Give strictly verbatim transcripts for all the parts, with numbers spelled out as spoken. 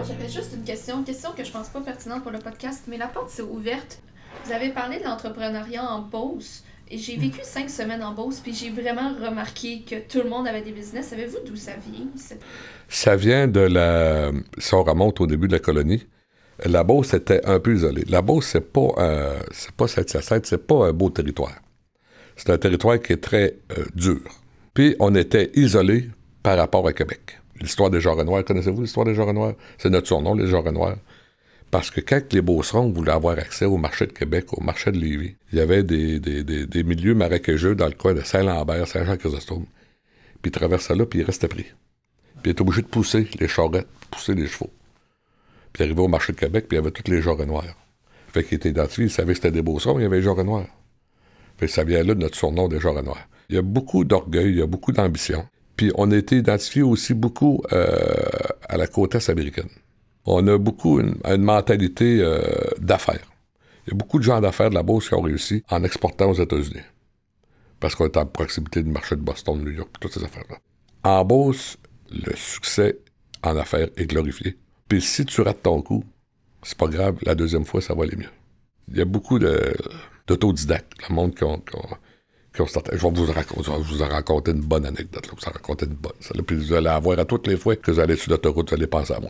J'avais juste une question, une question que je pense pas pertinente pour le podcast, mais la porte s'est ouverte. Vous avez parlé de l'entrepreneuriat en Beauce, et j'ai vécu cinq semaines en Beauce, puis j'ai vraiment remarqué que tout le monde avait des business. Savez-vous d'où ça vient? Cette... Ça vient de la... Si on remonte au début de la colonie, la Beauce était un peu isolée. La Beauce, c'est pas, euh, c'est pas Saint-Hyacinthe, c'est pas un beau territoire. C'est un territoire qui est très euh, dur. Puis on était isolé par rapport à Québec. L'histoire des Jarrets Noirs, connaissez-vous l'histoire des Jarrets Noirs? C'est notre surnom, les Jarrets Noirs. Parce que quand les Beaucerons voulaient avoir accès au marché de Québec, au marché de Lévis, il y avait des, des, des, des milieux marécageux dans le coin de Saint-Lambert, Saint-Jean-Chrysostome. Puis ils traversaient là, puis ils restaient pris. Puis ils étaient obligés de pousser les charrettes, pousser les chevaux. Puis ils arrivaient au marché de Québec, puis il y avait tous les Jarrets Noirs. Fait qu'ils étaient identifiés, ils savaient que c'était des Beaucerons, il y avait les Jarrets Noirs. Fait que ça vient là de notre surnom des Jarrets Noirs. Il y a beaucoup d'orgueil, il y a beaucoup d'ambition. Puis on a été identifiés aussi beaucoup euh, à la côte est américaine. On a beaucoup une, une mentalité euh, d'affaires. Il y a beaucoup de gens d'affaires de la Beauce qui ont réussi en exportant aux États-Unis. Parce qu'on est en proximité du marché de Boston, New York, toutes ces affaires-là. En Beauce, le succès en affaires est glorifié. Puis si tu rates ton coup, c'est pas grave, la deuxième fois, ça va aller mieux. Il y a beaucoup de, d'autodidactes, le monde qui ont... Qui ont Je vais vous, raconter, je vais vous en raconter une bonne anecdote. Là. Vous en raconter une bonne. Ça, là, puis vous allez avoir à toutes les fois que vous allez sur l'autoroute, vous allez penser à moi.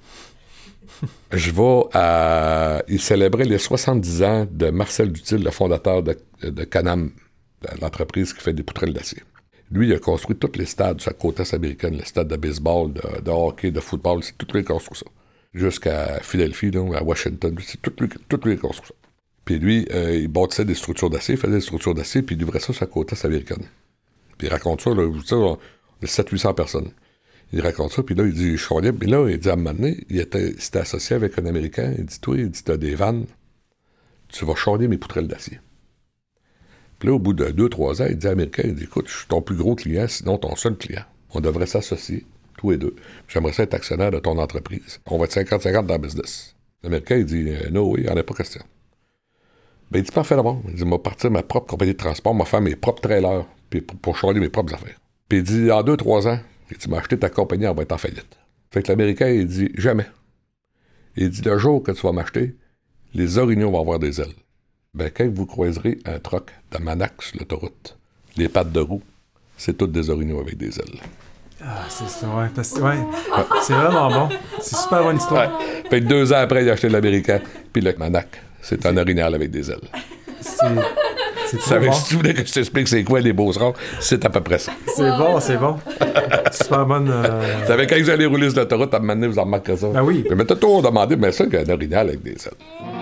Je vais à... Il célébrait les soixante-dix ans de Marcel Dutil, le fondateur de, de Can-Am, l'entreprise qui fait des poutrelles d'acier. Lui, il a construit tous les stades sur la côte est américaine, les stades de baseball, de, de hockey, de football, c'est tout lui qui a construit ça. Jusqu'à Philadelphie, là, à Washington, c'est tout lui, tout lui qui a construit ça. Puis lui, euh, il bâtissait des structures d'acier, il faisait des structures d'acier, puis il livrait ça sur la côte est américaine. Puis il raconte ça, là, vous savez, on a sept à huit cents personnes. Il raconte ça, puis là, il dit, je suis libre. Puis là, il dit, à un moment donné, il était, il s'était associé avec un Américain, il dit, toi, il dit, t'as des vannes, tu vas charner mes poutrelles d'acier. Puis là, au bout de deux, trois ans, il dit à l'Américain, il dit, écoute, je suis ton plus gros client, sinon ton seul client. On devrait s'associer, tous les deux. J'aimerais ça être actionnaire de ton entreprise. On va être cinquante cinquante dans le business. L'Américain, il dit, no, oui, il n'y en a pas question. Ben, il dit, parfait d'abord. Il dit, moi, partir ma propre compagnie de transport, moi, faire mes propres trailers, puis pour, pour charger mes propres affaires. Puis il dit, en deux, trois ans, il dit, m'acheter ta compagnie, elle va être en faillite. Fait que l'Américain, il dit, jamais. Il dit, le jour que tu vas m'acheter, les orignaux vont avoir des ailes. Ben, quand vous croiserez un troc de Manac sur l'autoroute, les pattes de roue, c'est toutes des orignaux avec des ailes. Ah, c'est ça, ouais, parce, ouais. ouais. C'est vraiment bon. C'est super bonne histoire. Ouais. Fait que deux ans après, il a acheté l'Américain, puis le Manac, c'est, c'est un orignal avec des ailes. C'est... C'est ça bon. Si tu voulais que je t'explique c'est quoi les Beaucerons, c'est à peu près ça. C'est bon, c'est bon. C'est super bonne... Euh... Vous savez, quand vous allez rouler sur l'autoroute, à un moment donné, vous en remarquerez ça. Ben oui. Mais t'as toujours demandé, mais ça, qu'un orignal avec des ailes.